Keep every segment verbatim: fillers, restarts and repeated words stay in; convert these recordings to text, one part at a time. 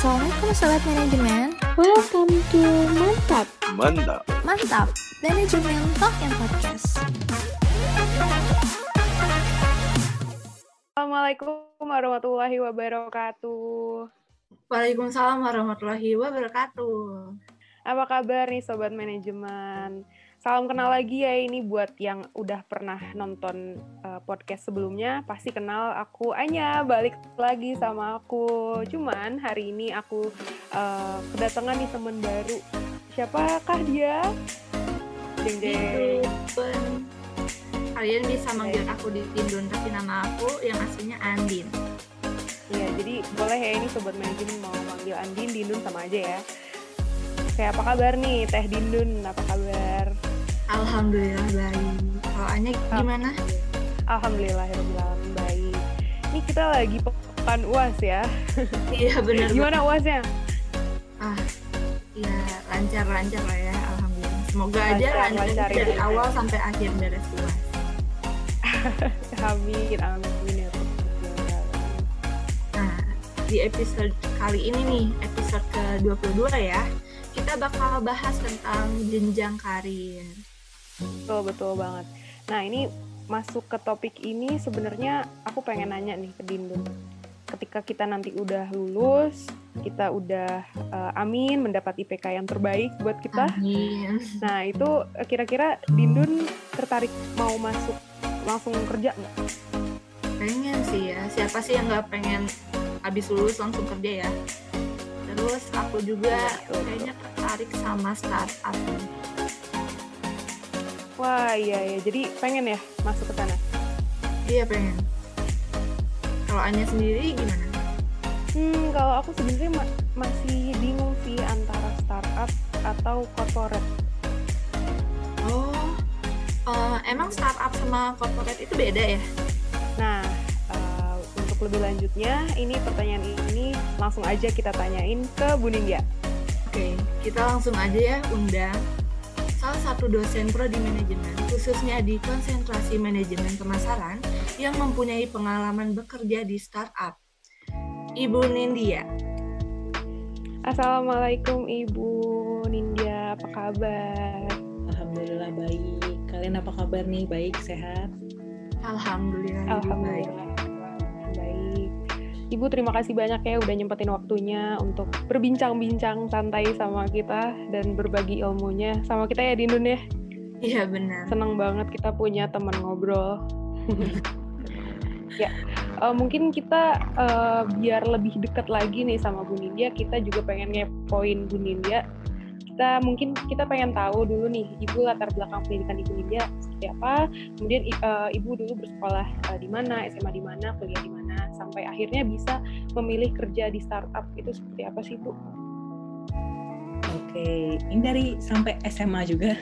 Assalamualaikum Sobat Manajemen. Welcome to Mantap Mantap Mantap Manajemen Talk and Podcast. Assalamualaikum warahmatullahi wabarakatuh. Waalaikumsalam warahmatullahi wabarakatuh. Apa kabar nih Sobat Manajemen? Salam kenal lagi ya, ini buat yang udah pernah nonton uh, podcast sebelumnya pasti kenal aku Anya, balik lagi sama aku. Cuman hari ini aku uh, kedatangan nih teman baru. Siapakah dia? Jeng jeng. Kalian bisa manggil aku di Tindun, tapi nama aku yang aslinya Andin. Iya, jadi boleh ya ini Sobat Manajemen mau manggil Andin, Dindun sama aja ya. Kayak apa kabar nih Teh Dindun, apa kabar? Alhamdulillah baik. Kalau Anya gimana? Alhamdulillah baik. Ini kita lagi pekan U A S ya. Iya benar. Gimana U A S-nya? Ah, ya lancar-lancar lah ya. Alhamdulillah. Semoga lancar, aja lancar, lancar dari ya. Awal sampai akhir beres U A S. Amin, amin ya. Nah, di episode kali ini nih, episode ke dua puluh dua ya, kita bakal bahas tentang jenjang karir. Betul, betul banget. Nah, ini masuk ke topik ini sebenarnya aku pengen nanya nih ke Dindun. Ketika kita nanti udah lulus, kita udah uh, amin mendapat I P K yang terbaik buat kita. Amin. Nah, itu kira-kira Dindun tertarik mau masuk langsung kerja nggak? Pengen sih ya. Siapa sih yang nggak pengen habis lulus langsung kerja ya? Terus aku juga kayaknya tertarik sama startup. Wah iya ya, jadi pengen ya masuk ke sana? Iya pengen. Kalau Anya sendiri gimana? Hmm, kalau aku sebenarnya ma- masih bingung sih antara startup atau corporate. Oh, uh, emang startup sama corporate itu beda ya? Nah, uh, untuk lebih lanjutnya, ini pertanyaan ini langsung aja kita tanyain ke Bu Nindya. Oke, kita langsung aja ya undang salah satu dosen prodi manajemen, khususnya di konsentrasi manajemen pemasaran, yang mempunyai pengalaman bekerja di startup. Ibu Nindya. Assalamualaikum Ibu Nindya, apa kabar? Alhamdulillah baik. Kalian apa kabar nih? Baik, sehat? Alhamdulillah, Alhamdulillah baik. baik. Ibu terima kasih banyak ya udah nyempetin waktunya untuk berbincang-bincang santai sama kita dan berbagi ilmunya sama kita ya Dindun ya. Iya benar. Senang banget kita punya teman ngobrol. Ya, uh, mungkin kita uh, biar lebih dekat lagi nih sama Bu Nindya, kita juga pengen ngepoin Bu Nindya. Kita mungkin kita pengen tahu dulu nih, Ibu latar belakang pendidikan Ibu Nindya seperti apa, kemudian uh, Ibu dulu bersekolah uh, di mana, S M A di mana, kuliah di mana, sampai akhirnya bisa memilih kerja di startup itu seperti apa sih Bu? Oke, ini dari sampai S M A juga.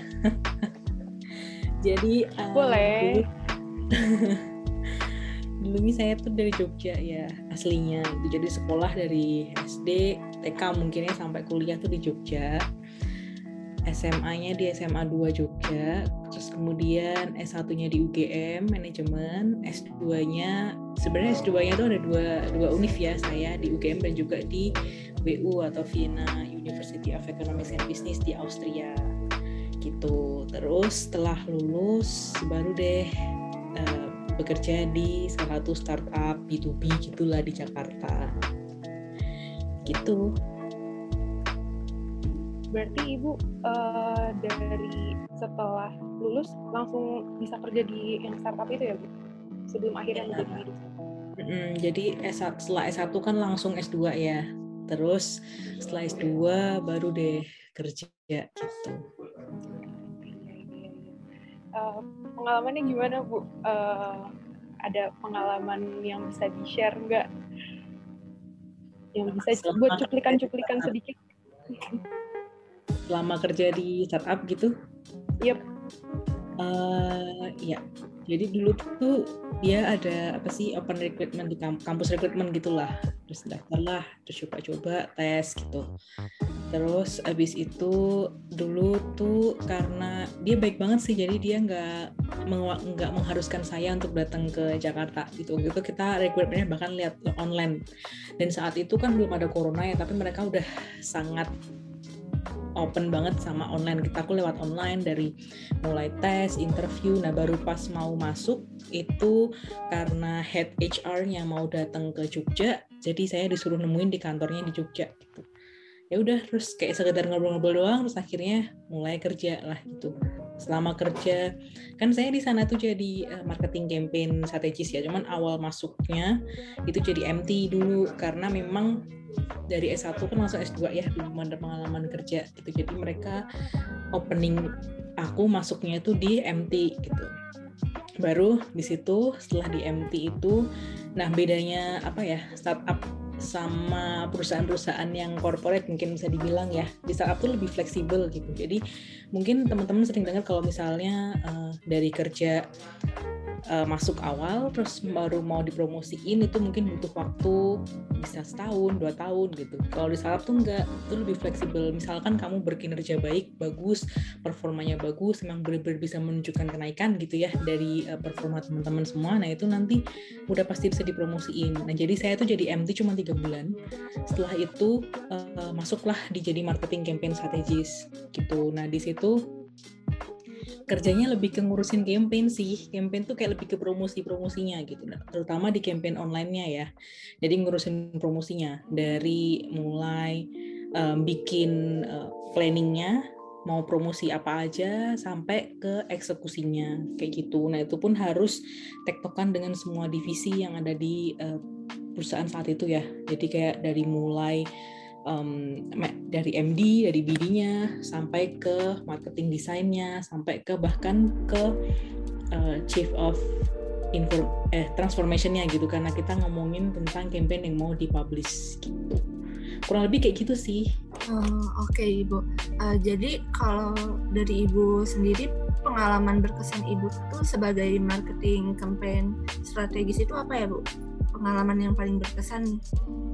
Jadi uh, boleh. Dulu, dulu nih saya tuh dari Jogja ya aslinya. Itu jadi sekolah dari S D, T K mungkin ya sampai kuliah tuh di Jogja. S M A-nya di S M A dua Jogja, terus kemudian S satu-nya di U G M manajemen, S dua-nya sebenarnya S dua-nya itu ada dua dua univ ya, saya di U G M dan juga di W U atau Vienna University of Economics and Business di Austria gitu. Terus setelah lulus baru deh uh, bekerja di salah satu startup B to B gitulah di Jakarta gitu. Berarti Ibu uh, dari setelah lulus langsung bisa kerja di yang startup itu ya Bu? Sebelum akhirnya Ya. menjadi hidup. Mm, jadi S satu, setelah S satu kan langsung S dua ya. Terus setelah S dua baru deh kerja gitu. Uh, pengalamannya gimana Bu? Uh, ada pengalaman yang bisa di-share nggak? Yang bisa Selama buat cuplikan-cuplikan sedikit? Selama kerja di startup gitu? Yep. Uh, ya, Jadi dulu tuh dia ada apa sih open recruitment di kampus recruitment gitulah. Terus daftarlah, terus coba-coba tes gitu. Terus abis itu dulu tuh karena dia baik banget sih, jadi dia nggak nggak mengharuskan saya untuk datang ke Jakarta gitu. Gitu kita recruitmentnya bahkan lihat online. Dan saat itu kan belum ada corona ya, tapi mereka udah sangat open banget sama online. Kita aku lewat online dari mulai tes, interview. Nah baru pas mau masuk itu karena head H R-nya mau datang ke Jogja, jadi saya disuruh nemuin di kantornya di Jogja gitu. Ya udah terus kayak sekedar ngobrol-ngobrol doang, terus akhirnya mulai kerja lah gitu. Selama kerja kan saya di sana tuh jadi uh, marketing campaign strategis ya, cuman awal masuknya itu jadi M T dulu karena memang dari S satu kan langsung S dua ya, belum ada pengalaman kerja gitu. Jadi mereka opening aku masuknya itu di M T gitu. Baru di situ setelah di M T itu, nah bedanya apa ya, startup sama perusahaan-perusahaan yang corporate mungkin bisa dibilang ya, di startup tuh lebih fleksibel gitu. Jadi mungkin teman-teman sering dengar kalau misalnya uh, dari kerja uh, masuk awal terus baru mau dipromosiin itu mungkin butuh waktu bisa setahun, dua tahun gitu. Kalau di startup tuh enggak, itu lebih fleksibel. Misalkan kamu berkinerja baik, bagus, performanya bagus, memang benar-benar bisa menunjukkan kenaikan gitu ya dari uh, performa teman-teman semua, nah itu nanti udah pasti bisa dipromosiin. Nah jadi saya tuh jadi M T cuma tiga bulan. Setelah itu uh, masuklah di jadi marketing campaign strategis gitu. Nah di situ kerjanya lebih ke ngurusin campaign sih. Campaign tuh kayak lebih ke promosi-promosinya gitu. Nah, terutama di campaign online-nya ya. Jadi ngurusin promosinya dari mulai um, bikin uh, planning-nya, mau promosi apa aja sampai ke eksekusinya kayak gitu. Nah, itu pun harus tektokan dengan semua divisi yang ada di uh, perusahaan saat itu ya. Jadi kayak dari mulai Um, dari M D, dari B D-nya, sampai ke marketing desainnya, sampai ke bahkan ke uh, chief of inform- eh, transformation-nya gitu, karena kita ngomongin tentang campaign yang mau dipublish gitu. Kurang lebih kayak gitu sih. Uh, Oke okay, Ibu. Uh, jadi kalau dari Ibu sendiri, pengalaman berkesan Ibu tuh sebagai marketing campaign strategis itu apa ya Bu? Pengalaman yang paling berkesan nih?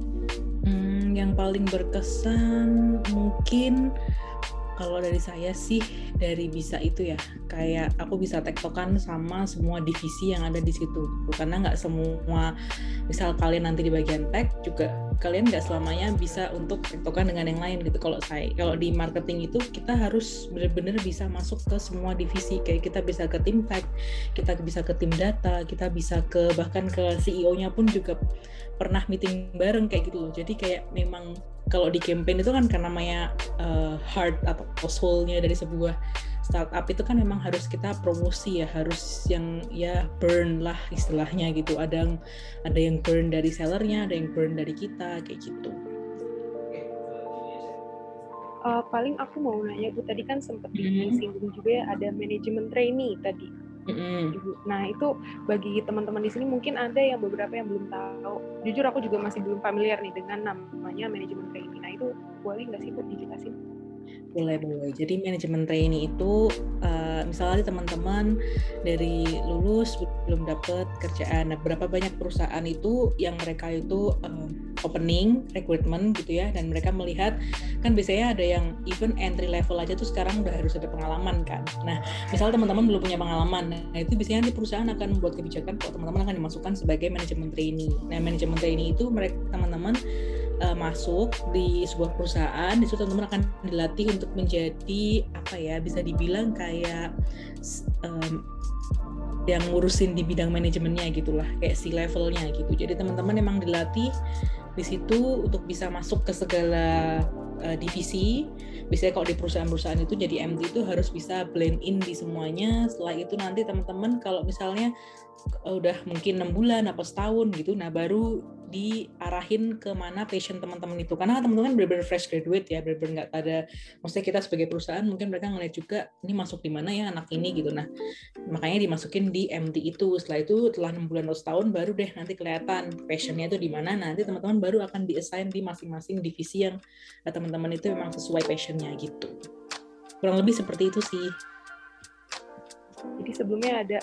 Hmm, yang paling berkesan mungkin kalau dari saya sih dari bisa itu ya, kayak aku bisa tektokan sama semua divisi yang ada di situ. Karena nggak semua, misal kalian nanti di bagian tech juga kalian nggak selamanya bisa untuk tektokan dengan yang lain gitu. Kalau saya, kalau di marketing itu kita harus benar-benar bisa masuk ke semua divisi. Kayak kita bisa ke tim tech, kita bisa ke tim data, kita bisa ke bahkan ke C E O-nya pun juga pernah meeting bareng kayak gitu loh. Jadi kayak memang kalau di campaign itu kan karena namanya uh, heart atau soul-nya dari sebuah startup itu kan memang harus kita promosi ya, harus yang ya burn lah istilahnya gitu. Ada yang ada yang burn dari sellernya, ada yang burn dari kita kayak gitu. Uh, paling aku mau nanya Bu, tadi kan sempat disinggung juga ya ada manajemen trainee tadi. Mm-hmm. Nah itu bagi teman-teman di sini mungkin ada yang beberapa yang belum tahu. Jujur aku juga masih belum familiar nih dengan namanya manajemen trainee. Nah itu boleh nggak sih Bu dijelasin? Boleh, boleh. Jadi manajemen trainee itu uh, misalnya teman-teman dari lulus belum dapat kerjaan. Nah, berapa banyak perusahaan itu yang mereka itu uh, opening, recruitment gitu ya, dan mereka melihat kan biasanya ada yang even entry level aja tuh sekarang udah harus ada pengalaman kan. Nah, misalnya teman-teman belum punya pengalaman, nah itu biasanya di perusahaan akan membuat kebijakan kalau teman-teman akan dimasukkan sebagai manajemen trainee. Nah, manajemen trainee itu mereka teman-teman Uh, masuk di sebuah perusahaan, di situ teman-teman akan dilatih untuk menjadi apa ya, bisa dibilang kayak um, yang ngurusin di bidang manajemennya gitulah, kayak C levelnya gitu. Jadi teman-teman memang dilatih di situ untuk bisa masuk ke segala uh, divisi. Biasanya kalau di perusahaan-perusahaan itu jadi M D itu harus bisa blend in di semuanya. Setelah itu nanti teman-teman kalau misalnya udah mungkin enam bulan atau setahun gitu, nah baru diarahin ke mana passion teman-teman itu, karena teman-teman benar-benar fresh graduate ya, benar-benar nggak ada, maksudnya kita sebagai perusahaan mungkin mereka ngeliat juga ini masuk di mana ya anak ini gitu, nah makanya dimasukin di M T itu. Setelah itu setelah enam bulan atau setahun baru deh nanti kelihatan passionnya itu di mana, nanti teman-teman baru akan di-assign di masing-masing divisi yang teman-teman itu memang sesuai passionnya gitu. Kurang lebih seperti itu sih. Jadi sebelumnya ada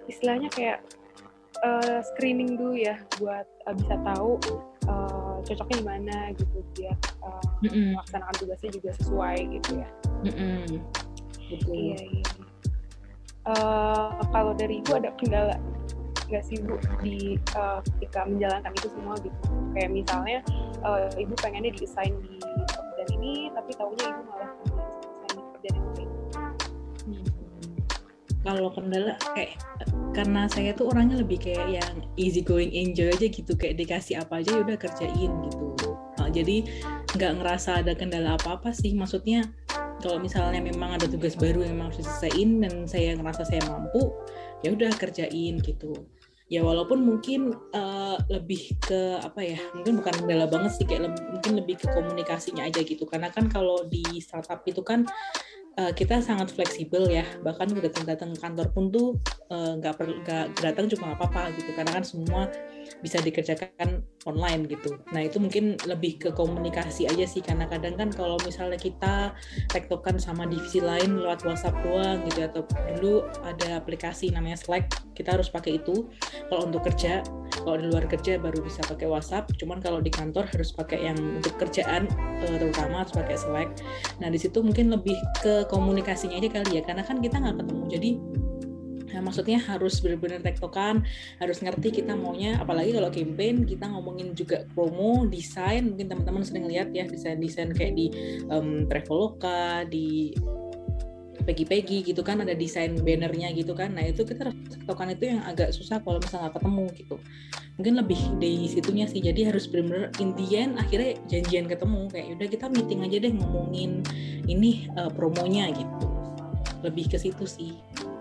istilahnya kayak uh, screening dulu ya buat uh, bisa tahu uh, cocoknya di mana gitu biar uh, melaksanakan tugasnya juga sesuai gitu ya. Mm-mm. Betul. Iya, iya. Uh, kalau dari Ibu ada kendala nggak sih Bu di uh, ketika menjalankan itu semua gitu? Kayak misalnya uh, Ibu pengennya di-assign di pekerjaan ini, tapi taunya Ibu malah di-assign di pekerjaan yang lain. Hmm. Kalau kendala kayak karena saya tuh orangnya lebih kayak yang easy going, enjoy aja gitu, kayak dikasih apa aja ya udah kerjain gitu. Nah, jadi nggak ngerasa ada kendala apa-apa sih. Maksudnya kalau misalnya memang ada tugas baru yang memang harus diselesaiin dan saya ngerasa saya mampu, ya udah kerjain gitu. Ya walaupun mungkin uh, lebih ke apa ya, mungkin bukan kendala banget sih, kayak lebih, mungkin lebih ke komunikasinya aja gitu. Karena kan kalau di startup itu kan uh, kita sangat fleksibel ya, bahkan udah datang ke kantor pun tuh nggak uh, perlu nggak datang juga nggak apa-apa gitu, karena kan semua bisa dikerjakan online gitu. Nah itu mungkin lebih ke komunikasi aja sih, karena kadang kan kalau misalnya kita tektokan sama divisi lain lewat WhatsApp doang gitu, atau dulu ada aplikasi namanya Slack, kita harus pakai itu kalau untuk kerja. Kalau di luar kerja baru bisa pakai WhatsApp, cuman kalau di kantor harus pakai yang untuk kerjaan, terutama harus pakai Slack. Nah di situ mungkin lebih ke komunikasinya aja kali ya, karena kan kita nggak ketemu, jadi nah, maksudnya harus benar-benar tektokan, harus ngerti kita maunya, apalagi kalau campaign kita ngomongin juga promo, desain, mungkin teman-teman sering lihat ya desain-desain kayak di um, Traveloka, di Peggy-Peggy gitu kan, ada desain bannernya gitu kan. Nah itu kita harus tektokan, itu yang agak susah kalau misalnya nggak ketemu gitu. Mungkin lebih di situnya sih, jadi harus benar-benar intian akhirnya janjian ketemu, kayak udah kita meeting aja deh ngomongin ini uh, promonya gitu. Lebih ke situ sih.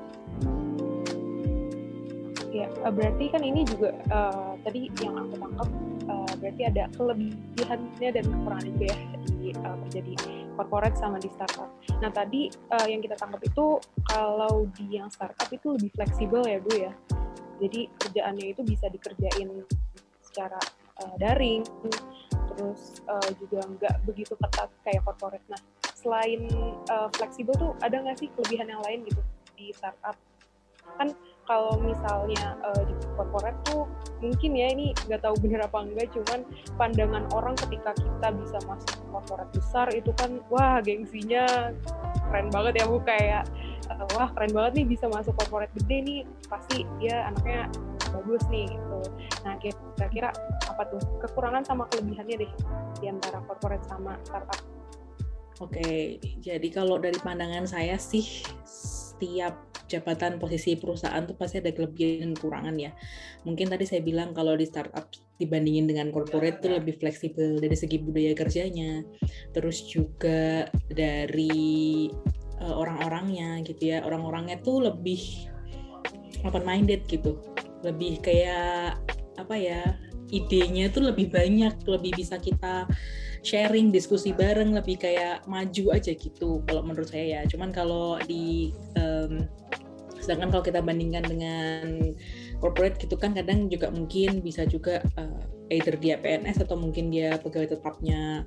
Ya, berarti kan ini juga uh, tadi yang aku tangkap uh, berarti ada kelebihannya dan kekurangannya juga ya di uh, kerja di corporate sama di startup. Nah tadi uh, yang kita tangkap itu kalau di yang startup itu lebih fleksibel ya Bu ya. Jadi kerjaannya itu bisa dikerjain secara uh, daring, terus uh, juga nggak begitu ketat kayak corporate. Nah selain uh, fleksibel tuh ada nggak sih kelebihan yang lain gitu di startup? Kan kalau misalnya uh, di corporate tuh mungkin ya ini nggak tahu bener apa enggak, cuman pandangan orang ketika kita bisa masuk corporate besar itu kan wah gengsinya keren banget ya Bu, kayak uh, wah keren banget nih bisa masuk corporate gede nih, pasti dia anaknya bagus nih gitu. Nah kira-kira apa tuh kekurangan sama kelebihannya deh di antara corporate sama startup? Oke, jadi kalau dari pandangan saya sih setiap jabatan posisi perusahaan tuh pasti ada kelebihan dan kekurangan ya. Mungkin tadi saya bilang kalau di startup dibandingin dengan corporate tuh lebih fleksibel dari segi budaya kerjanya, terus juga dari uh, orang-orangnya gitu ya. Orang-orangnya tuh lebih open minded gitu, lebih kayak apa ya, idenya tuh lebih banyak, lebih bisa kita sharing, diskusi bareng, lebih kayak maju aja gitu kalau menurut saya ya. Cuman kalau di um, sedangkan kalau kita bandingkan dengan corporate gitu kan kadang juga mungkin bisa juga uh, either dia P N S atau mungkin dia pegawai tetapnya,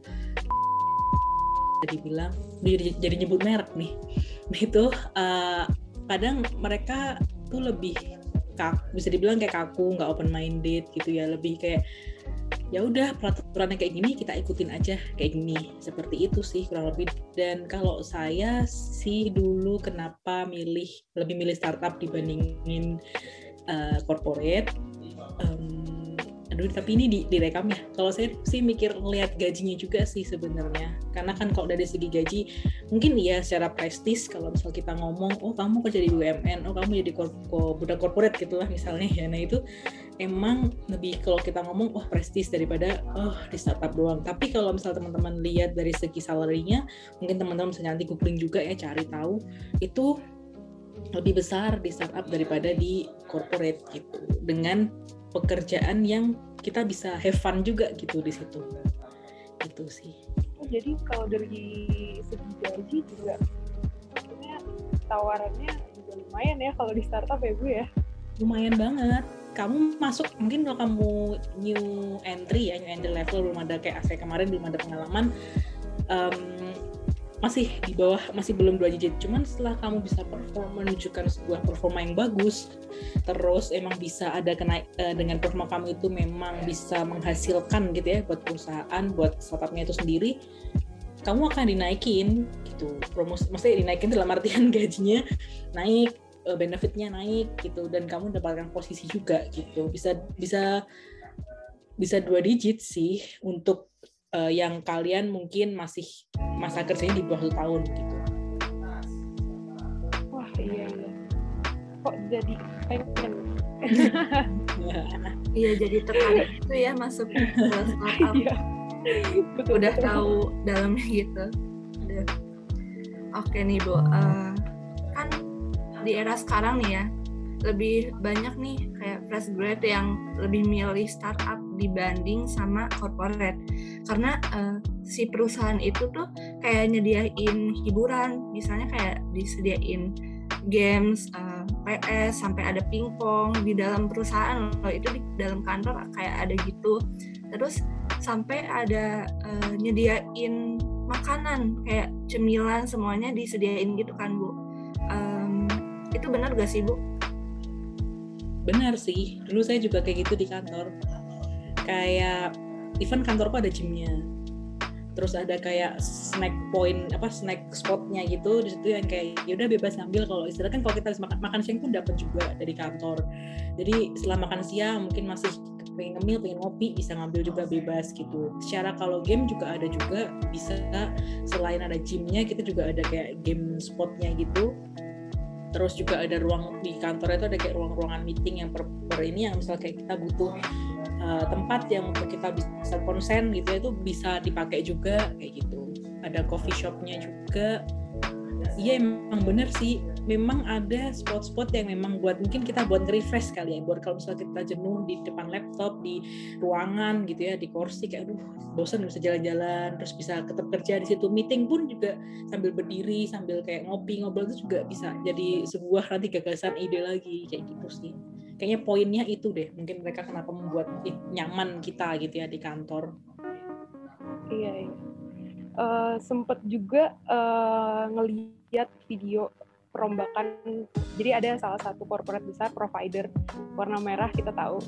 jadi bilang jadi, jadi nyebut merek nih itu uh, kadang mereka tuh lebih kaku, bisa dibilang kayak kaku, nggak open minded gitu ya, lebih kayak ya udah peraturannya kayak gini kita ikutin aja kayak gini, seperti itu sih kurang lebih. Dan kalau saya sih dulu kenapa milih lebih milih startup dibandingin uh, corporate, um, aduh tapi ini di, direkam ya. Kalau saya sih mikir ngelihat gajinya juga sih sebenarnya, karena kan kalau dari segi gaji mungkin ya secara prestis kalau misal kita ngomong oh kamu kerja di B U M N, oh kamu jadi kor- kor- budak corporate gitulah misalnya ya. Nah itu emang lebih kalau kita ngomong wah oh, prestis daripada oh di startup doang. Tapi kalau misal teman-teman lihat dari segi salary-nya, mungkin teman-teman bisa nanti googling juga ya, cari tahu itu lebih besar di startup daripada di corporate gitu, dengan pekerjaan yang kita bisa have fun juga gitu di situ. Itu sih. Oh, jadi kalau dari segi gaji juga sebenarnya tawarannya juga lumayan ya kalau di startup ya Bu ya. Lumayan banget. Kamu masuk mungkin kalau kamu new entry ya, new entry level, belum ada kayak saya kemarin belum ada pengalaman, um, masih di bawah, masih belum dua digit. Cuman setelah kamu bisa perform, menunjukkan sebuah performa yang bagus, terus emang bisa ada kenaik uh, dengan performa kamu itu memang bisa menghasilkan gitu ya buat perusahaan, buat startupnya itu sendiri, kamu akan dinaikin gitu. Promosi, maksudnya dinaikin dalam artian gajinya naik, uh, benefitnya naik gitu, dan kamu mendapatkan posisi juga gitu. Bisa bisa bisa dua digit sih untuk Uh, yang kalian mungkin masih masa kerjanya di bawah satu tahun gitu. Wah iya iya. Kok jadi pengen? Iya jadi tertarik gitu ya masuk ke startup. Iya. Betul, Udah betul. tahu dalamnya gitu. Aduh. Oke nih Bu, uh, kan di era sekarang nih ya lebih banyak nih kayak fresh grad yang lebih milih startup dibanding sama corporate, karena uh, si perusahaan itu tuh kayak nyediain hiburan, misalnya kayak disediain games, uh, P S, sampai ada pingpong di dalam perusahaan loh, itu di dalam kantor kayak ada gitu. Terus sampai ada uh, nyediain makanan kayak cemilan, semuanya disediain gitu kan Bu. Um, itu benar gak sih Bu? Benar sih, dulu saya juga kayak gitu di kantor. Kayak even kantorku ada gymnya, terus ada kayak snack point, apa snack spotnya gitu di situ yang kayak ya udah bebas ngambil. Kalau istilah kan kalau kita makan makan siang pun dapat juga dari kantor. Jadi setelah makan siang mungkin masih pengen ngemil, pengen ngopi, bisa ngambil juga bebas gitu. Secara kalau game juga ada juga, bisa selain ada gymnya kita juga ada kayak game spotnya gitu. Terus juga ada ruang di kantor itu ada kayak ruang-ruangan meeting yang per, per ini yang misalnya kayak kita butuh uh, tempat yang untuk kita bisa konsen gitu ya, itu bisa dipakai juga kayak gitu. Ada coffee shopnya juga. Iya emang bener sih, memang ada spot-spot yang memang buat mungkin kita buat nge-refresh kali ya, buat kalau misalnya kita jenuh di depan laptop, di ruangan gitu ya, di kursi kayak aduh bosan bisa jalan-jalan, terus bisa tetap kerja di situ. Meeting pun juga sambil berdiri, sambil kayak ngopi, ngobrol itu juga bisa jadi sebuah nanti gagasan ide lagi kayak gitu sih. Kayaknya poinnya itu deh, mungkin mereka kenapa membuat nyaman kita gitu ya di kantor. Iya iya. Uh, sempet juga uh, ngeliat video perombakan. Jadi ada salah satu corporate besar provider warna merah, kita tahu.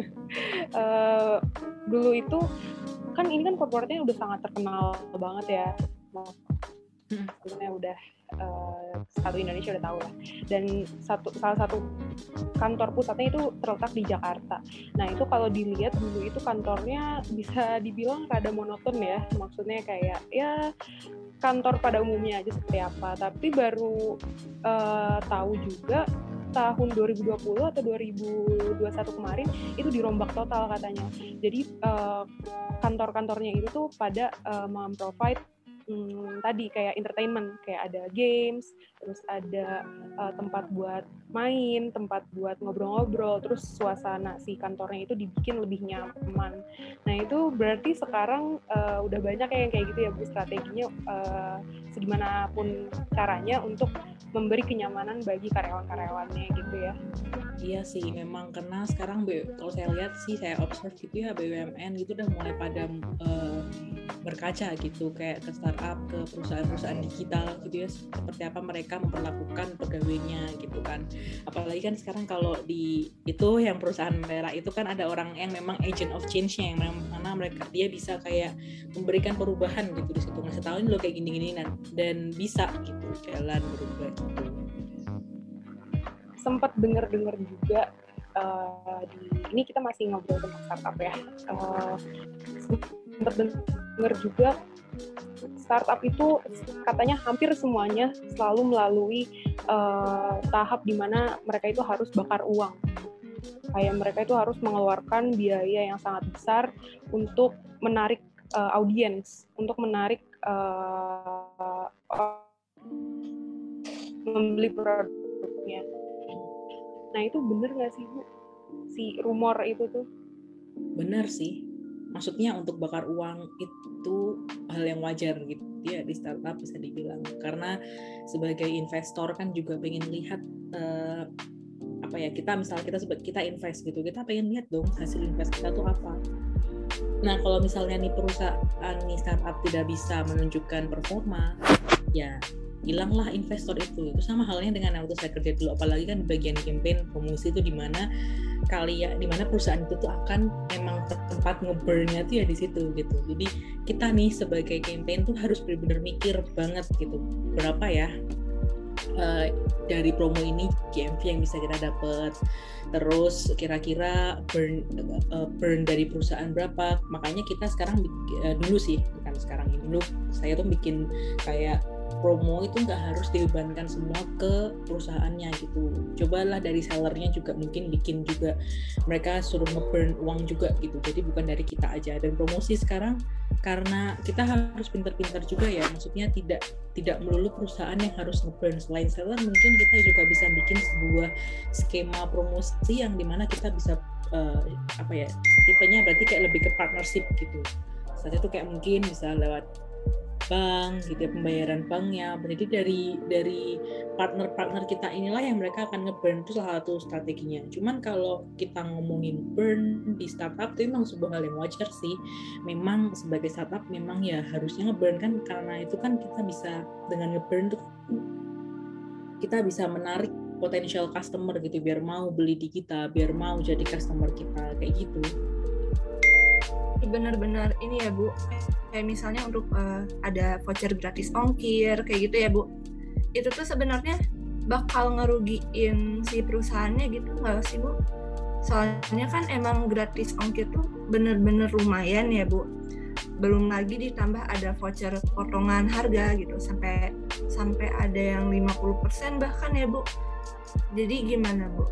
uh, dulu itu kan ini kan corporate-nya udah sangat terkenal banget ya. Sebenarnya udah uh, satu Indonesia udah tahu lah. Dan satu salah satu kantor pusatnya itu terletak di Jakarta. Nah itu kalau dilihat dulu itu kantornya bisa dibilang rada monoton ya. Maksudnya kayak ya kantor pada umumnya aja seperti apa. Tapi baru uh, tahu juga tahun dua ribu dua puluh atau dua ribu dua puluh satu kemarin itu dirombak total katanya. Jadi uh, kantor-kantornya itu tuh pada uh, memprovide Hmm, tadi kayak entertainment, kayak ada games, terus ada uh, tempat buat main, tempat buat ngobrol-ngobrol, terus suasana si kantornya itu dibikin lebih nyaman. Nah itu berarti sekarang uh, udah banyak yang kayak gitu ya Bu, strateginya uh, segimanapun caranya untuk memberi kenyamanan bagi karyawan-karyawannya gitu ya. Iya sih, memang karena sekarang kalau saya lihat sih, saya observe gitu ya, B U M N gitu udah mulai pada uh, berkaca gitu, kayak ke startup, ke perusahaan-perusahaan digital gitu ya, seperti apa mereka memperlakukan pegawainya gitu kan. Apalagi kan sekarang kalau di itu yang perusahaan merah itu kan ada orang yang memang agent of change-nya, yang mana mereka dia bisa kayak memberikan perubahan gitu di situ, ngasih tahu ini lo kayak gini-gini dan, dan bisa gitu jalan berubah gitu. Sempat dengar-dengar juga uh, di ini kita masih ngobrol tentang startup ya. Uh, sempat dengar juga startup itu katanya hampir semuanya selalu melalui uh, tahap di mana mereka itu harus bakar uang. Kayak mereka itu harus mengeluarkan biaya yang sangat besar untuk menarik uh, audiens, untuk menarik uh, membeli produknya. Nah itu bener nggak sih Bu? Si rumor itu tuh? Bener sih. Maksudnya untuk bakar uang itu hal yang wajar gitu ya di startup bisa dibilang. Karena sebagai investor kan juga pengen lihat uh, apa ya, kita misalnya kita sebut kita invest gitu, kita pengen lihat dong hasil invest kita tuh apa. Nah kalau misalnya nih perusahaan nih startup tidak bisa menunjukkan performa, ya hilanglah investor itu. Itu sama halnya dengan waktu saya kerja dulu, apalagi kan di bagian campaign promosi itu di mana kali ya, di mana perusahaan itu tuh akan memang tempat nge-burn-nya tuh ya di situ gitu. Jadi kita nih sebagai campaign tuh harus benar-benar mikir banget gitu, berapa ya uh, dari promo ini G M V yang bisa kita dapat, terus kira-kira burn uh, burn dari perusahaan berapa. Makanya kita sekarang uh, dulu sih, bukan sekarang ini, dulu saya tuh bikin kayak promo itu nggak harus dibebankan semua ke perusahaannya gitu. Cobalah dari sellernya juga mungkin bikin juga, mereka suruh nge-burn uang juga gitu. Jadi bukan dari kita aja. Dan promosi sekarang karena kita harus pintar-pintar juga ya, maksudnya tidak tidak melulu perusahaan yang harus nge-burn. Selain seller mungkin kita juga bisa bikin sebuah skema promosi yang dimana kita bisa uh, apa ya, tipenya berarti kayak lebih ke partnership gitu. Saat itu kayak mungkin bisa lewat bank gitu ya, pembayaran banknya. Jadi dari dari partner-partner kita inilah yang mereka akan nge-burn, itu salah satu strateginya. Cuman kalau kita ngomongin burn di startup itu memang sebuah hal yang wajar sih. Memang sebagai startup memang ya harusnya nge-burn kan, karena itu kan kita bisa dengan nge-burn tuh kita bisa menarik potential customer gitu, biar mau beli di kita, biar mau jadi customer kita kayak gitu. Benar-benar ini ya Bu, kayak misalnya untuk uh, ada voucher gratis ongkir kayak gitu ya Bu, itu tuh sebenarnya bakal ngerugiin si perusahaannya gitu nggak sih Bu? Soalnya kan emang gratis ongkir tuh bener-bener lumayan ya Bu, belum lagi ditambah ada voucher potongan harga gitu, sampai sampai ada yang lima puluh persen bahkan ya Bu. Jadi gimana Bu?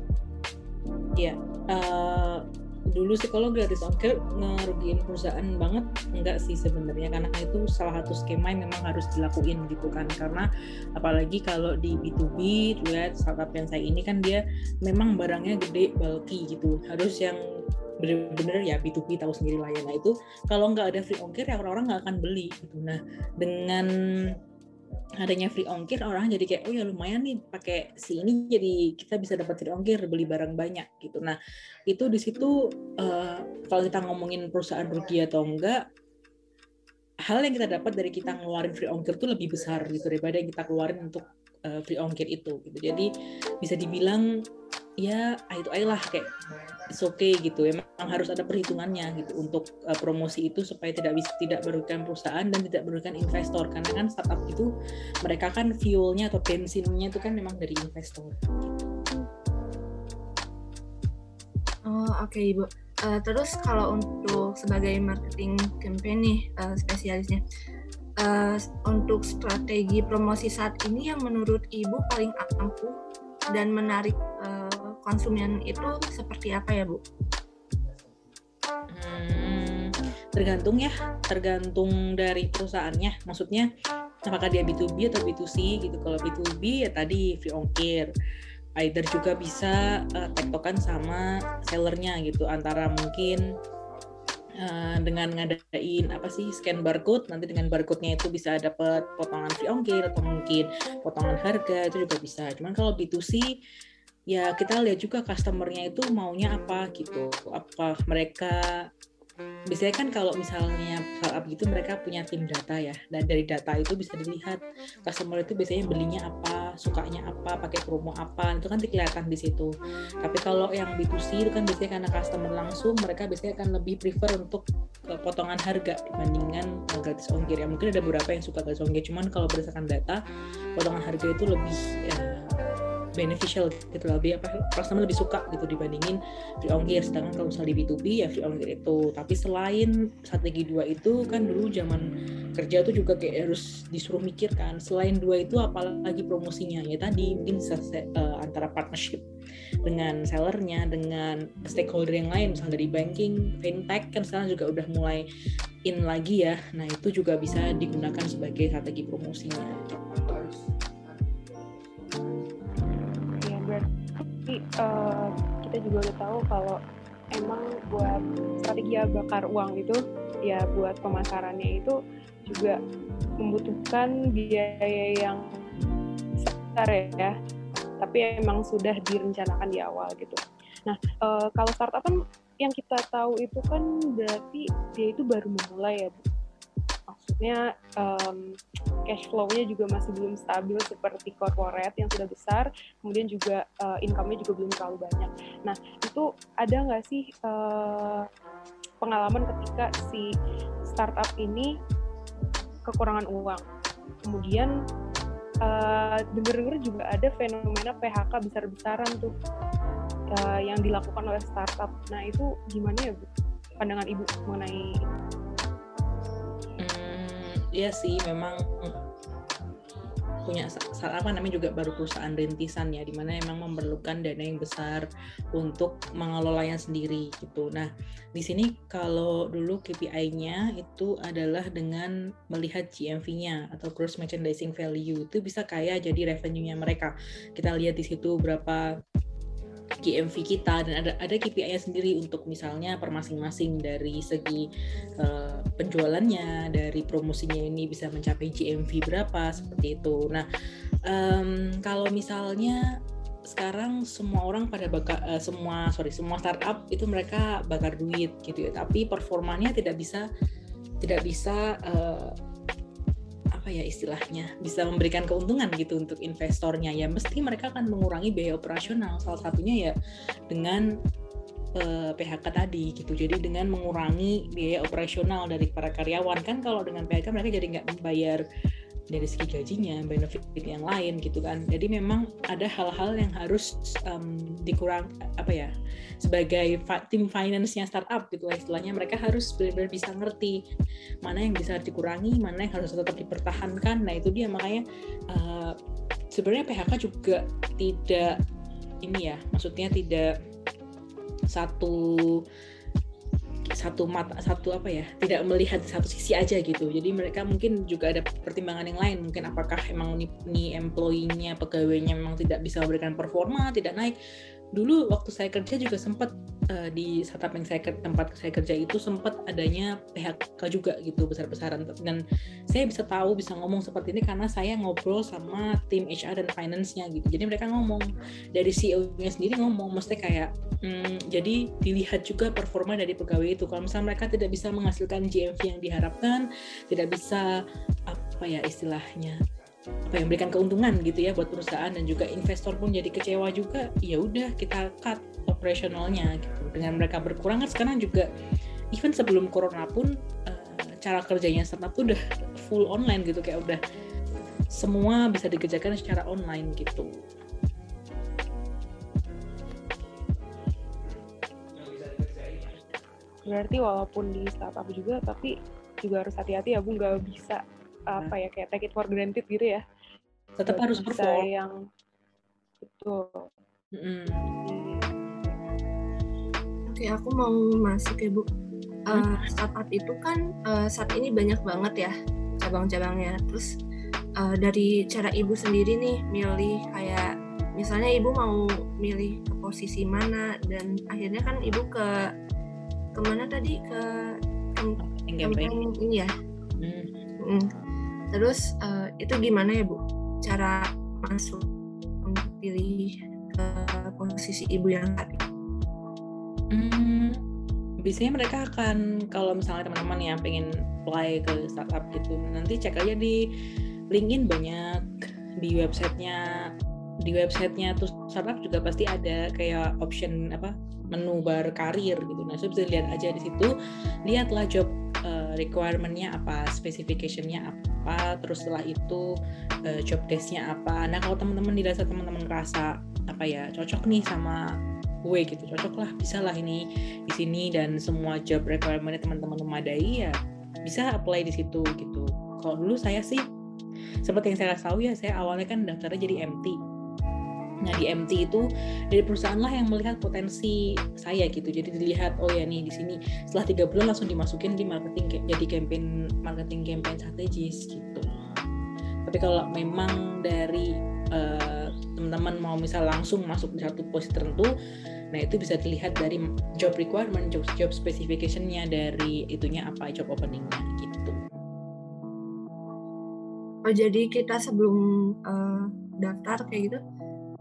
Iya, uh... dulu sih kalau gratis ongkir ngerugiin perusahaan banget enggak sih sebenarnya, karena itu salah satu skema yang memang harus dilakuin gitu kan. Karena apalagi kalau di B to B lihat startup yang saya ini kan dia memang barangnya gede, bulky gitu, harus yang bener-bener ya B to B tahu sendiri lah ya. Nah itu kalau nggak ada free ongkir ya orang-orang nggak akan beli gitu. Nah dengan adanya free ongkir, orang jadi kayak oh ya lumayan nih pakai si ini, jadi kita bisa dapat free ongkir, beli barang banyak gitu. Nah itu di situ uh, kalau kita ngomongin perusahaan rugi atau enggak, hal yang kita dapat dari kita ngeluarin free ongkir itu lebih besar gitu daripada yang kita keluarin untuk uh, free ongkir itu gitu. Jadi bisa dibilang ya itu aja lah, kayak it's okay gitu. Emang harus ada perhitungannya gitu untuk uh, promosi itu supaya tidak bisa tidak merugikan perusahaan dan tidak merugikan investor, karena kan startup itu mereka kan fuelnya atau bensinnya itu kan memang dari investor gitu. Oh oke okay, Ibu. Uh, terus kalau untuk sebagai marketing campaign nih uh, spesialisnya, uh, untuk strategi promosi saat ini yang menurut Ibu paling ampuh dan menarik uh, konsumen itu seperti apa ya Bu? Hmm, tergantung ya, tergantung dari perusahaannya. Maksudnya apakah dia B to B atau B to C gitu. Kalau B to B ya tadi free ongkir. Either juga bisa uh, tektokan sama sellernya gitu, antara mungkin uh, dengan ngadain apa sih scan barcode, nanti dengan barcode-nya itu bisa dapat potongan free ongkir atau mungkin potongan harga, itu juga bisa. Cuman kalau B to C ya kita lihat juga customer-nya itu maunya apa gitu, apa mereka biasanya kan kalau misalnya startup gitu mereka punya tim data ya, dan dari data itu bisa dilihat customer itu biasanya belinya apa, sukanya apa, pakai promo apa, itu kan kelihatan di situ. Tapi kalau yang B to C itu kan biasanya karena customer langsung, mereka biasanya akan lebih prefer untuk potongan harga dibandingkan gratis ongkir. Ya mungkin ada beberapa yang suka gratis ongkir, cuman kalau berdasarkan data potongan harga itu lebih ya, beneficial gitu, lebih apa, customer lebih suka gitu dibandingin free ongkir. Sedangkan kalau misalnya di B to B ya free ongkir itu. Tapi selain strategi dua itu kan dulu zaman kerja tuh juga kayak harus disuruh mikir kan, selain dua itu apalagi promosinya. Ya tadi mungkin bisa uh, antara partnership dengan sellernya, dengan stakeholder yang lain, misalnya dari banking, fintech kan sekarang juga udah mulai in lagi ya. Nah itu juga bisa digunakan sebagai strategi promosinya. Berarti uh, kita juga udah tahu kalau emang buat strategi bakar uang itu ya buat pemasarannya itu juga membutuhkan biaya yang besar ya, tapi emang sudah direncanakan di awal gitu. Nah uh, kalau startup kan yang kita tahu itu kan berarti dia itu baru memulai ya Bu. maksudnya um, cash flow-nya juga masih belum stabil seperti corporate yang sudah besar, kemudian juga uh, income-nya juga belum terlalu banyak. Nah, itu ada nggak sih uh, pengalaman ketika si startup ini kekurangan uang? Kemudian uh, dengar-dengar juga ada fenomena P H K besar-besaran tuh uh, yang dilakukan oleh startup. Nah, itu gimana ya, Bu? Pandangan Ibu mengenai itu? Iya sih, memang punya apa namanya juga baru perusahaan rintisan ya, dimana memang memerlukan dana yang besar untuk mengelolanya sendiri gitu. Nah, di sini kalau dulu K P I-nya itu adalah dengan melihat G M V-nya atau gross merchandising value, itu bisa kayak jadi revenue-nya mereka. Kita lihat di situ berapa G M V kita, dan ada ada K P I-nya sendiri untuk misalnya per masing-masing dari segi uh, penjualannya, dari promosinya ini bisa mencapai G M V berapa, seperti itu. Nah, um, kalau misalnya sekarang semua orang pada bakar uh, semua sorry semua startup itu mereka bakar duit gitu ya, tapi performanya tidak bisa tidak bisa uh, apa ya istilahnya bisa memberikan keuntungan gitu untuk investornya, ya mesti mereka akan mengurangi biaya operasional, salah satunya ya dengan uh, P H K tadi gitu. Jadi dengan mengurangi biaya operasional dari para karyawan, kan kalau dengan P H K mereka jadi nggak membayar dari segi gajinya, benefit yang lain gitu kan. Jadi memang ada hal-hal yang harus um, dikurang apa ya, sebagai tim finance-nya startup gitu istilahnya, mereka harus benar-benar bisa ngerti mana yang bisa dikurangi, mana yang harus tetap dipertahankan. Nah itu dia makanya uh, sebenarnya P H K juga tidak ini ya, maksudnya tidak satu satu mata satu apa ya tidak melihat satu sisi aja gitu. Jadi mereka mungkin juga ada pertimbangan yang lain, mungkin apakah emang nih employee-nya, pegawainya memang tidak bisa memberikan performa, tidak naik. Dulu waktu saya kerja juga sempat uh, di startup yang saya tempat saya kerja itu sempat adanya P H K juga gitu besar-besaran, dan saya bisa tahu bisa ngomong seperti ini karena saya ngobrol sama tim H R dan finance-nya gitu. Jadi mereka ngomong, dari C E O-nya sendiri ngomong, mesti kayak hmm, jadi dilihat juga performa dari pegawai itu. Kalau misalnya mereka tidak bisa menghasilkan G M V yang diharapkan, tidak bisa apa ya istilahnya apa yang memberikan keuntungan gitu ya buat perusahaan, dan juga investor pun jadi kecewa juga, ya udah kita cut operasionalnya gitu. Dengan mereka berkurang kan sekarang juga even sebelum corona pun uh, cara kerjanya startup tuh udah full online gitu, kayak udah semua bisa dikerjakan secara online gitu. Berarti walaupun di startup juga, tapi juga harus hati-hati ya Bu, nggak bisa apa ya kayak take it for granted gitu ya, tetap harus perform yang betul. Mm-hmm. Oke, aku mau masuk ya Bu. Uh, startup itu kan uh, saat ini banyak banget ya cabang-cabangnya. Terus uh, dari cara Ibu sendiri nih milih, kayak misalnya Ibu mau milih ke posisi mana, dan akhirnya kan Ibu ke kemana tadi, ke campaign ini ya. Hmm. Hmm. Terus uh, itu gimana ya Bu cara masuk untuk pilih ke posisi Ibu yang saat ini? Hmm, biasanya mereka akan, kalau misalnya teman-teman yang pengen apply ke startup gitu, nanti cek aja di LinkedIn, banyak di websitenya di websitenya tuh startup juga pasti ada kayak option apa menu bar karir gitu. Nah, so bisa lihat aja di situ, lihatlah job uh, requirement-nya apa, specification-nya apa, terus setelah itu uh, job desk-nya apa. Nah, kalau teman-teman dirasa teman-teman ngerasa apa ya cocok nih sama gue gitu, cocok lah, bisa lah ini di sini, dan semua job requirement-nya teman-teman memadai, ya bisa apply di situ gitu. Kalau dulu saya sih seperti yang saya tahu ya, saya awalnya kan daftarnya jadi M T. Nah di M T itu dari perusahaan lah yang melihat potensi saya gitu, jadi dilihat oh ya nih di sini setelah tiga bulan langsung dimasukin di marketing, jadi campaign marketing campaign strategis gitu. Tapi kalau memang dari uh, teman-teman mau misal langsung masuk di satu posisi tertentu, nah itu bisa dilihat dari job requirement, job job specification-nya, dari itunya apa, job opening-nya gitu. Oh jadi kita sebelum uh, daftar kayak gitu,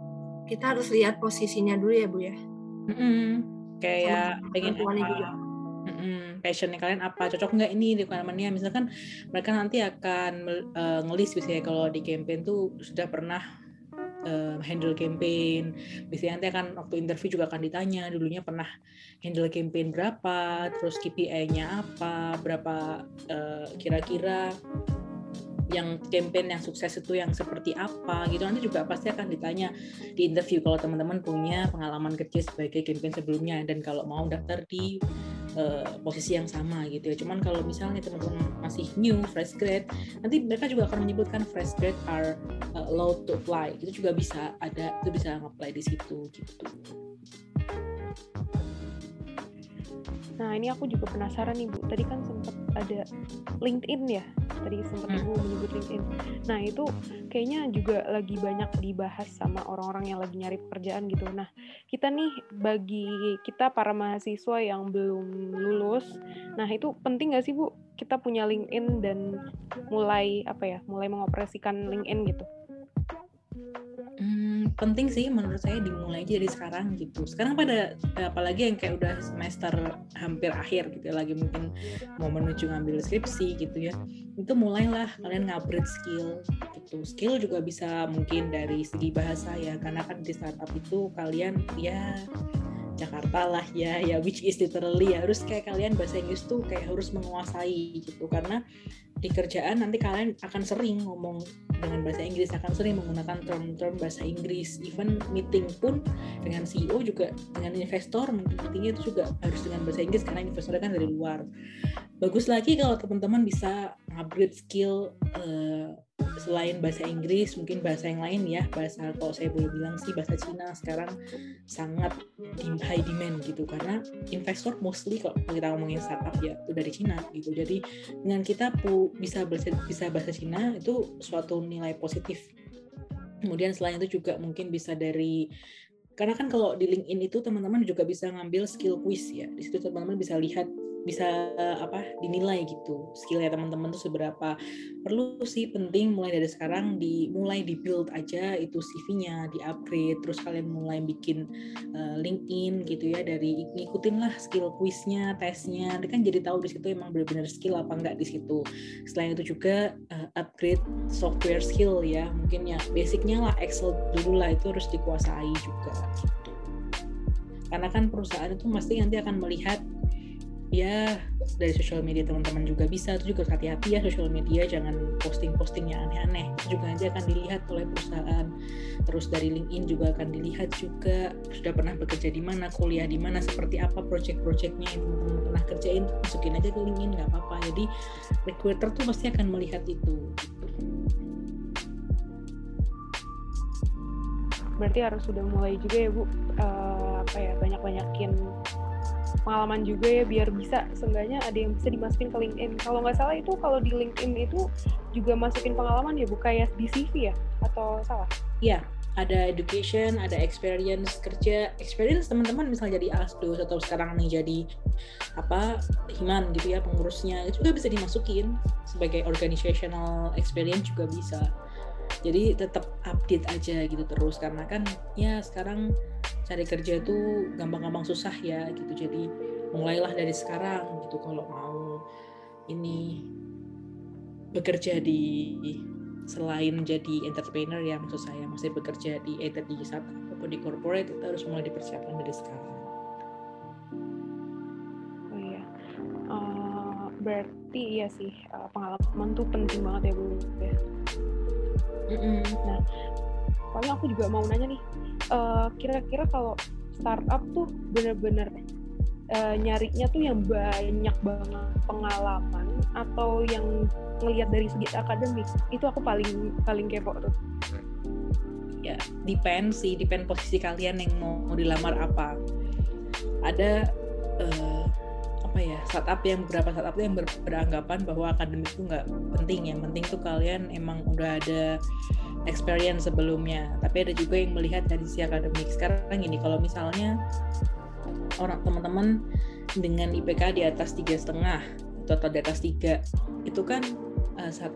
kita harus lihat posisinya dulu ya Bu ya? Mm-hmm. Kayak sama pengen apa? juga. Mm-mm, passionnya kalian apa, cocok nggak ini requirement-nya. Misalkan mereka nanti akan uh, ngelis biasanya kalau di campaign tuh sudah pernah uh, handle campaign, biasanya nanti akan waktu interview juga akan ditanya dulunya pernah handle campaign berapa, terus K P I-nya apa, berapa uh, kira-kira yang campaign yang sukses itu yang seperti apa gitu, nanti juga pasti akan ditanya di interview kalau teman-teman punya pengalaman kerja sebagai campaign sebelumnya dan kalau mau daftar di uh, posisi yang sama gitu ya. Cuman kalau misalnya teman-teman masih new, fresh grad, nanti mereka juga akan menyebutkan fresh grad are uh, allowed to apply, itu juga bisa ada, itu bisa apply di situ gitu. Nah ini aku juga penasaran nih Bu, tadi kan sempat ada LinkedIn ya, tadi sempat Ibu menyebut LinkedIn. Nah itu kayaknya juga lagi banyak dibahas sama orang-orang yang lagi nyari pekerjaan gitu. Nah kita nih, bagi kita para mahasiswa yang belum lulus, nah itu penting nggak sih Bu kita punya LinkedIn dan mulai apa ya, mulai mengoperasikan LinkedIn gitu? Hmm, penting sih menurut saya dimulai aja dari sekarang gitu. Sekarang pada apalagi yang kayak udah semester hampir akhir gitu ya, lagi mungkin mau menuju ngambil skripsi gitu ya, itu mulailah kalian ngupgrade skill gitu. Skill juga bisa mungkin dari segi bahasa ya, karena kan di startup itu kalian ya Jakarta lah ya, ya which is literally ya, harus kayak kalian bahasa Inggris tuh kayak harus menguasai gitu, karena di kerjaan nanti kalian akan sering ngomong dengan bahasa Inggris, akan sering menggunakan term-term bahasa Inggris, even meeting pun dengan C E O juga, dengan investor mungkin meetingnya itu juga harus dengan bahasa Inggris karena investornya kan dari luar. Bagus lagi kalau teman-teman bisa upgrade skill uh, selain bahasa Inggris, mungkin bahasa yang lain ya, bahasa, kalau saya boleh bilang sih bahasa Cina sekarang sangat high demand gitu, karena investor mostly kalau kita ngomongin startup ya itu dari Cina gitu. Jadi dengan kita pu, bisa bahasa, bisa bahasa Cina itu suatu nilai positif. Kemudian selain itu juga mungkin bisa dari, karena kan kalau di LinkedIn itu teman-teman juga bisa ngambil skill quiz ya, di situ teman-teman bisa lihat, bisa apa dinilai gitu skillnya teman-teman tuh seberapa. Perlu sih, penting mulai dari sekarang dimulai di build aja itu C V-nya, di upgrade, terus kalian mulai bikin uh, LinkedIn gitu ya, dari ngikutin lah skill quiznya, tesnya, nanti kan jadi tahu di situ emang benar-benar skill apa enggak di situ. Selain itu juga uh, upgrade software skill ya, mungkin ya basicnya lah Excel dulu lah, itu harus dikuasai juga gitu. Karena kan perusahaan itu pasti nanti akan melihat ya dari sosial media, teman-teman juga bisa, itu juga hati-hati ya sosial media, jangan posting-posting yang aneh-aneh, itu juga nanti akan dilihat oleh perusahaan. Terus dari LinkedIn juga akan dilihat juga sudah pernah bekerja di mana, kuliah di mana, seperti apa project-projectnya yang teman-teman pernah kerjain, masukin aja ke LinkedIn nggak apa-apa. Jadi recruiter tuh pasti akan melihat itu. Berarti harus sudah mulai juga ya Bu, uh, apa ya, banyak-banyakin pengalaman juga ya, biar bisa seenggaknya ada yang bisa dimasukin ke LinkedIn. Kalau nggak salah itu kalau di LinkedIn itu juga masukin pengalaman ya Bu, kayak di C V ya, atau salah? Iya, ada education, ada experience kerja. Experience teman-teman misalnya jadi asdos atau sekarang nih jadi apa Himan gitu ya pengurusnya, itu juga bisa dimasukin sebagai organizational experience juga bisa. Jadi tetap update aja gitu terus, karena kan ya sekarang cari kerja itu gampang-gampang susah ya gitu. Jadi mulailah dari sekarang gitu kalau mau ini bekerja di, selain jadi entrepreneur ya, maksud saya masih bekerja di either di startup ataupun di corporate, kita harus mulai dipersiapkan dari sekarang. Oh iya, uh, berarti iya sih uh, pengalaman tuh penting banget ya Bu ya. Mm-mm. Nah, paling aku juga mau nanya nih, uh, kira-kira kalau startup tuh bener-bener uh, nyarinya tuh yang banyak banget pengalaman atau yang ngelihat dari segi akademik, itu aku paling paling kepo tuh. Ya, depend sih, depend posisi kalian yang mau, mau dilamar apa. Ada uh, apa ya, startup yang beberapa startup yang ber, beranggapan bahwa akademik itu nggak penting, yang penting tuh kalian emang udah ada experience sebelumnya. Tapi ada juga yang melihat dari sisi akademik. Sekarang gini, kalau misalnya orang teman-teman dengan I P K di atas tiga setengah atau di atas tiga, itu kan uh, saat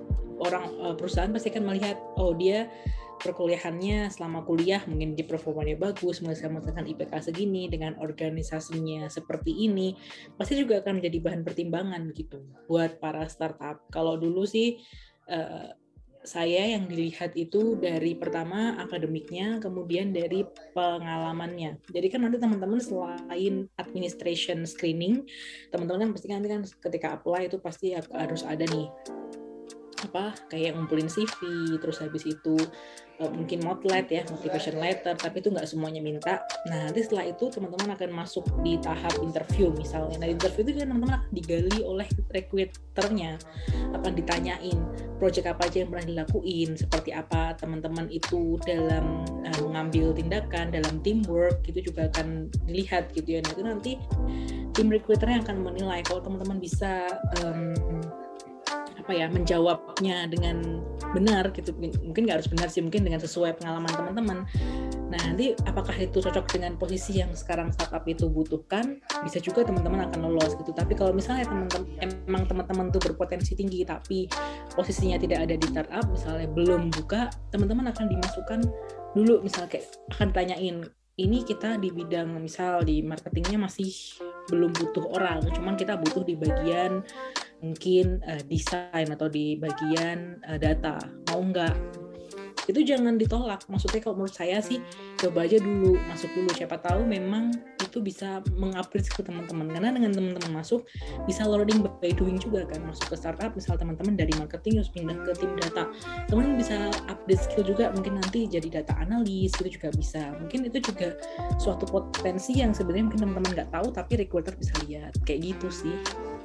orang uh, perusahaan pasti akan melihat, oh dia perkuliahannya selama kuliah mungkin di performanya bagus, menghasilkan I P K segini, dengan organisasinya seperti ini, pasti juga akan menjadi bahan pertimbangan gitu buat para startup. Kalau dulu sih uh, saya yang dilihat itu dari pertama akademiknya, kemudian dari pengalamannya. Jadi kan nanti teman-teman selain administration screening, teman-teman kan pasti nanti kan ketika apply itu pasti harus ada nih apa kayak ngumpulin C V, terus habis itu uh, mungkin motlet ya, motivation letter, tapi itu nggak semuanya minta. Nah nanti setelah itu teman-teman akan masuk di tahap interview misalnya. Nah interview itu kan teman-teman akan digali oleh recruiternya, akan ditanyain project apa aja yang pernah dilakuin, seperti apa teman-teman itu dalam uh, mengambil tindakan, dalam teamwork, itu juga akan dilihat gitu ya. Nah itu nanti tim recruiternya akan menilai kalau teman-teman bisa um, apa ya menjawabnya dengan benar gitu, mungkin nggak harus benar sih, mungkin dengan sesuai pengalaman teman-teman. Nah nanti apakah itu cocok dengan posisi yang sekarang startup itu butuhkan, bisa juga teman-teman akan lolos gitu. Tapi kalau misalnya teman-teman emang teman-teman tuh berpotensi tinggi tapi posisinya tidak ada di startup, misalnya belum buka, teman-teman akan dimasukkan dulu, misalnya kayak akan tanyain, ini kita di bidang misal di marketingnya masih belum butuh orang, cuman kita butuh di bagian mungkin uh, desain atau di bagian uh, data, mau nggak? Itu jangan ditolak. Maksudnya kalau menurut saya sih coba aja dulu, masuk dulu, siapa tahu memang itu bisa mengupgrade ke teman-teman. Karena dengan teman-teman masuk bisa learning by doing juga kan. Masuk ke startup misal teman-teman dari marketing terus pindah ke tim data, teman-teman bisa update skill juga, mungkin nanti jadi data analis itu juga bisa. Mungkin itu juga suatu potensi yang sebenarnya mungkin teman-teman nggak tahu tapi recruiter bisa lihat, kayak gitu sih.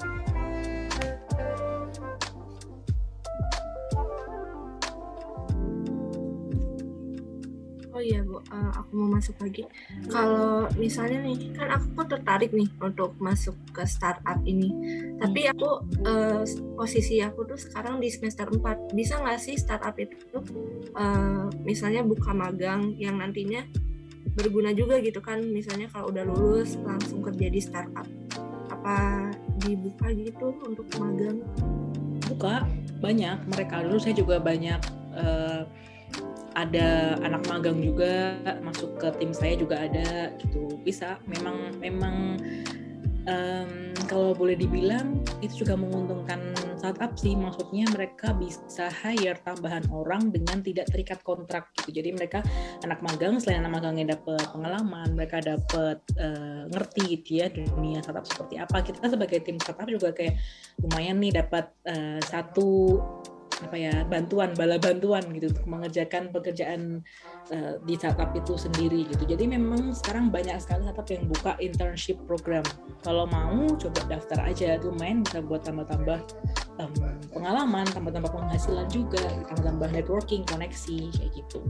Oh iya Bu, uh, aku mau masuk lagi. Kalau misalnya nih, kan aku tertarik nih untuk masuk ke startup ini. Tapi aku, uh, posisi aku tuh sekarang di semester empat. Bisa nggak sih startup itu uh, misalnya buka magang yang nantinya berguna juga gitu kan? Misalnya kalau udah lulus langsung kerja di startup. Apa dibuka gitu untuk magang? Buka, banyak. Mereka dulu saya juga banyak uh, ada anak magang juga masuk ke tim saya juga ada gitu, bisa. Memang memang um, kalau boleh dibilang itu juga menguntungkan startup sih, maksudnya mereka bisa hire tambahan orang dengan tidak terikat kontrak gitu. Jadi mereka anak magang, selain anak magangnya dapat pengalaman, mereka dapat uh, ngerti gitu ya dunia startup seperti apa. Kita sebagai tim startup juga kayak lumayan nih dapat uh, satu apa ya bantuan, bala bantuan gitu untuk mengerjakan pekerjaan uh, di startup itu sendiri gitu. Jadi memang sekarang banyak sekali startup yang buka internship program. Kalau mau coba daftar aja, lumayan bisa buat tambah-tambah um, pengalaman, tambah-tambah penghasilan juga, tambah-tambah networking, koneksi kayak gitu.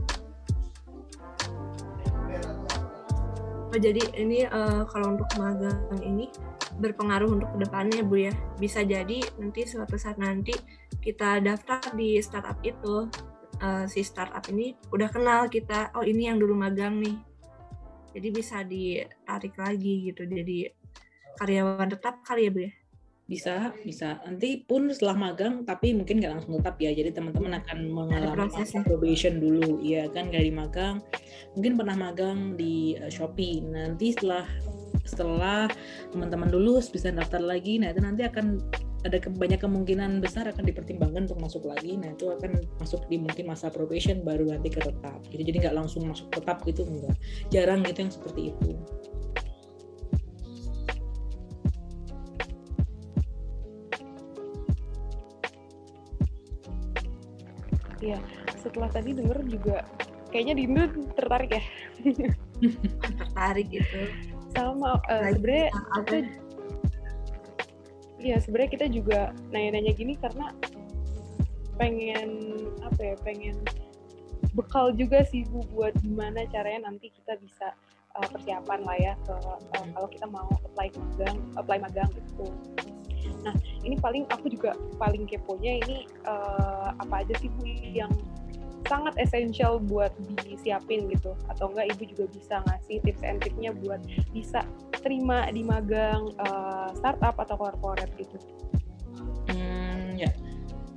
Oh, jadi ini uh, kalau untuk magang ini berpengaruh untuk kedepannya Bu ya. Bisa jadi nanti suatu saat nanti kita daftar di startup itu, uh, si startup ini udah kenal kita, oh ini yang dulu magang nih, jadi bisa ditarik lagi gitu, jadi karyawan tetap kali ya Bu ya? Bisa, bisa. Nanti pun setelah magang, tapi mungkin nggak langsung tetap ya. Jadi teman-teman akan mengalami masa probation dulu, ya kan, dari magang. Mungkin pernah magang di uh, Shopee. Nanti setelah setelah teman-teman lulus bisa daftar lagi. Nah itu nanti akan ada ke, banyak kemungkinan besar akan dipertimbangkan untuk masuk lagi. Nah itu akan masuk di mungkin masa probation baru nanti ke tetap. Gitu. Jadi nggak langsung masuk tetap gitu, enggak. Jarang gitu yang seperti itu. Iya, setelah tadi denger juga kayaknya Dindu tertarik ya. Tertarik gitu. Sama uh, sebenarnya kita, iya sebenarnya kita juga nanya-nanya gini karena pengen apa ya, pengen bekal juga sih Bu buat gimana caranya nanti kita bisa uh, persiapan lah ya ke uh, kalau kita mau apply magang, apply magang gitu. Nah, ini paling aku juga paling keponya ini uh, apa aja sih Bu yang sangat esensial buat disiapin gitu, atau enggak Ibu juga bisa ngasih tips and triknya buat bisa terima di magang uh, startup atau corporate gitu. Hmm, ya.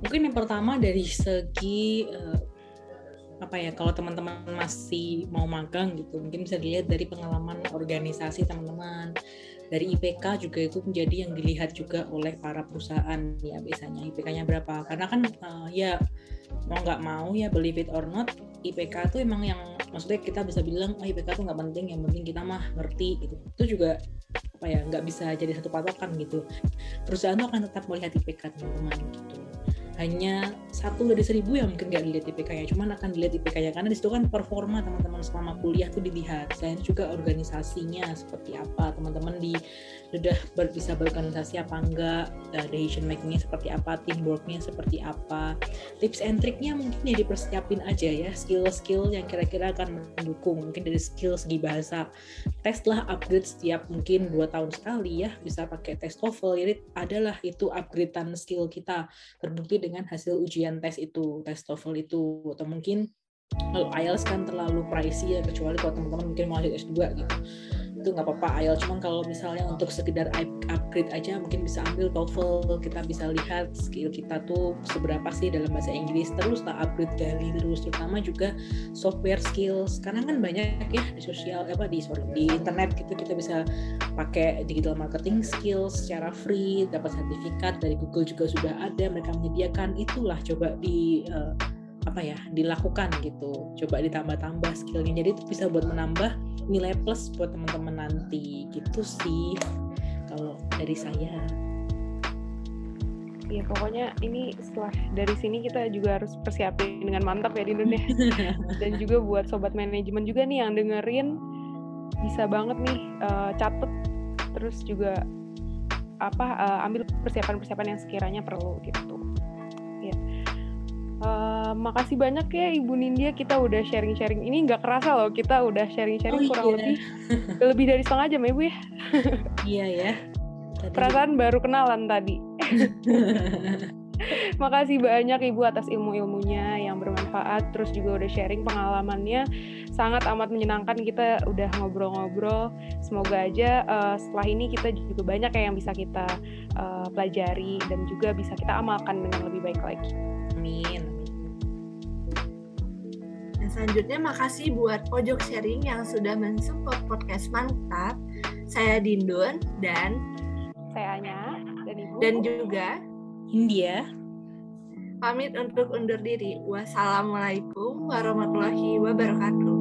Mungkin yang pertama dari segi uh, apa ya, kalau teman-teman masih mau magang gitu, mungkin bisa dilihat dari pengalaman organisasi teman-teman. Dari I P K juga itu menjadi yang dilihat juga oleh para perusahaan ya, biasanya I P K-nya berapa. Karena kan uh, ya mau nggak mau ya, believe it or not, I P K itu emang yang, maksudnya kita bisa bilang oh I P K itu nggak penting, yang penting kita mah ngerti gitu. Itu juga apa ya, nggak bisa jadi satu patokan gitu. Perusahaan itu akan tetap melihat I P K teman-teman gitu. Hanya satu dari seribu yang mungkin nggak dilihat I P K-nya, cuman akan dilihat I P K-nya karena di situ kan performa teman-teman selama kuliah tuh dilihat. Selain juga organisasinya seperti apa, teman-teman di sudah ber, bisa berorganisasi apa enggak, uh, decision making-nya seperti apa, teamwork-nya seperti apa, tips and trick-nya mungkin ya dipersiapin aja ya, skill-skill yang kira-kira akan mendukung, mungkin dari skill segi bahasa, tes lah upgrade setiap mungkin dua tahun sekali ya, bisa pakai tes TOEFL, jadi adalah itu upgradean skill kita, terbukti dengan hasil ujian tes itu, tes TOEFL itu. Atau mungkin kalau I E L T S kan terlalu pricey ya, kecuali kalau teman-teman mungkin mau lanjut S dua gitu, itu nggak apa-apa I E L T S. Cuman kalau misalnya untuk sekedar upgrade aja mungkin bisa ambil TOEFL, kita bisa lihat skill kita tuh seberapa sih dalam bahasa Inggris, terus lah upgrade gali terus, terutama juga software skills. Karena kan banyak ya di sosial apa di sorry, di internet gitu, kita bisa pakai digital marketing skills secara free, dapat sertifikat dari Google juga sudah ada, mereka menyediakan. Itulah coba di uh, apa ya dilakukan gitu, coba ditambah-tambah skillnya, jadi itu bisa buat menambah nilai plus buat teman-teman nanti gitu sih kalau dari saya. Iya, pokoknya ini setelah dari sini kita juga harus persiapin dengan mantap ya di Indonesia. Dan juga buat sobat manajemen juga nih yang dengerin, bisa banget nih uh, catet, terus juga apa uh, ambil persiapan-persiapan yang sekiranya perlu gitu. Ya. Uh, makasih banyak ya Ibu Nindya, kita udah sharing-sharing. Ini nggak kerasa loh, kita udah sharing-sharing oh, kurang iya. lebih lebih dari setengah jam ya Bu ya. Iya ya. Tadi perasaan baru kenalan tadi. Makasih banyak Ibu atas ilmu-ilmunya yang bermanfaat, terus juga udah sharing pengalamannya, sangat amat menyenangkan. Kita udah ngobrol-ngobrol, semoga aja uh, setelah ini kita juga banyak yang bisa kita uh, pelajari dan juga bisa kita amalkan dengan lebih baik lagi. Amin. Dan selanjutnya makasih buat Pojok Sharing yang sudah mensupport podcast Mantap. Saya Dindun dan saya Anya dan Ibu dan juga India. Pamit untuk undur diri. Wassalamualaikum warahmatullahi wabarakatuh.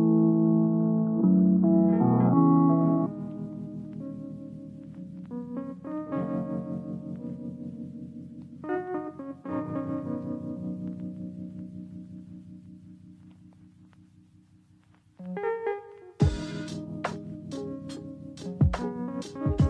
Thank you.